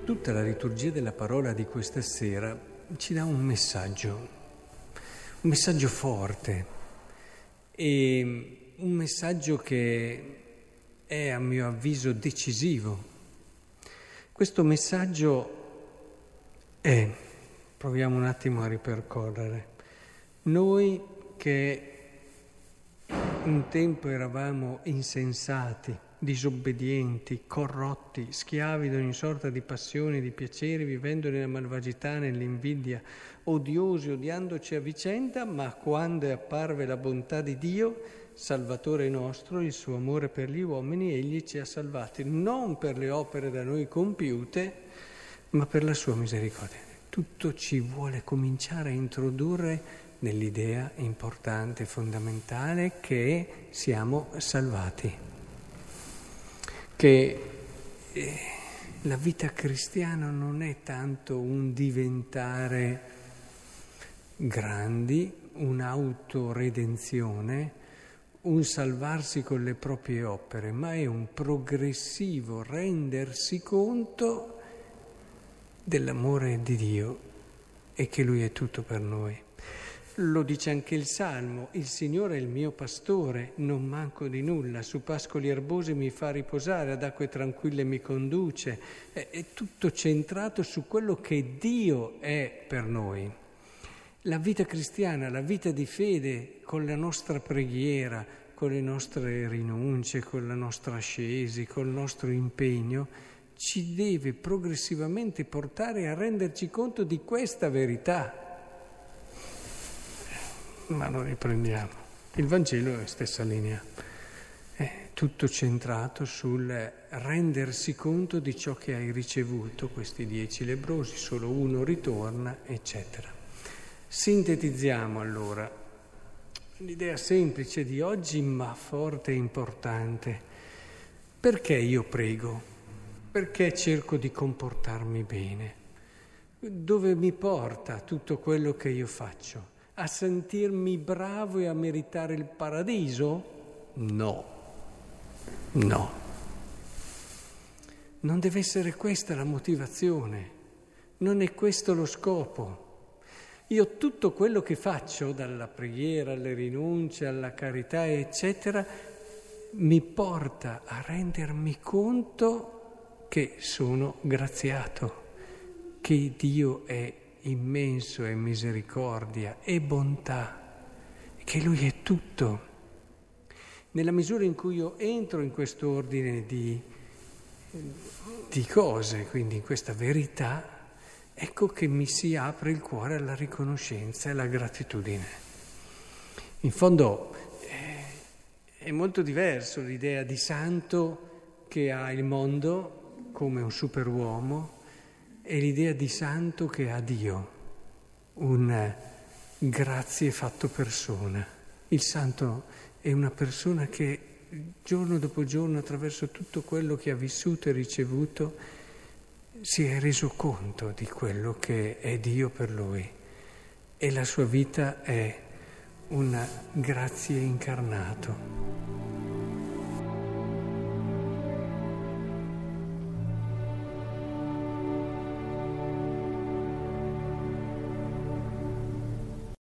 Tutta la liturgia della parola di questa sera ci dà un messaggio forte e un messaggio che è, a mio avviso, decisivo. Questo messaggio è, proviamo un attimo a ripercorrere, noi che un tempo eravamo insensati, disobbedienti, corrotti, schiavi di ogni sorta di passioni, di piaceri, vivendo nella malvagità, nell'invidia, odiosi, odiandoci a vicenda, ma quando apparve la bontà di Dio, Salvatore nostro, il suo amore per gli uomini, Egli ci ha salvati, non per le opere da noi compiute, ma per la sua misericordia. Tutto ci vuole cominciare a introdurre nell'idea importante, fondamentale, che siamo salvati, che la vita cristiana non è tanto un diventare grandi, un'autoredenzione, un salvarsi con le proprie opere, ma è un progressivo rendersi conto dell'amore di Dio e che Lui è tutto per noi. Lo dice anche il Salmo: il Signore è il mio pastore, non manco di nulla, su pascoli erbosi mi fa riposare, ad acque tranquille mi conduce. È tutto centrato su quello che Dio è per noi. La vita cristiana, la vita di fede, con la nostra preghiera, con le nostre rinunce, con la nostra ascesi, col nostro impegno, ci deve progressivamente portare a renderci conto di questa verità. Ma lo riprendiamo. Il Vangelo è la stessa linea, è tutto centrato sul rendersi conto di ciò che hai ricevuto, questi 10 lebbrosi, solo uno ritorna, eccetera. Sintetizziamo allora l'idea semplice di oggi, ma forte e importante. Perché io prego? Perché cerco di comportarmi bene? Dove mi porta tutto quello che io faccio? A sentirmi bravo e a meritare il paradiso? No. Non deve essere questa la motivazione, non è questo lo scopo. Io tutto quello che faccio, dalla preghiera alle rinunce, alla carità, eccetera, mi porta a rendermi conto che sono graziato, che Dio è immenso e misericordia e bontà, che Lui è tutto. Nella misura in cui io entro in questo ordine di cose, quindi in questa verità, ecco che mi si apre il cuore alla riconoscenza e alla gratitudine. In fondo è molto diverso l'idea di santo che ha il mondo come un superuomo e l'idea di santo che ha Dio, un grazie fatto persona. Il santo è una persona che giorno dopo giorno, attraverso tutto quello che ha vissuto e ricevuto, si è reso conto di quello che è Dio per lui e la sua vita è un grazie incarnato.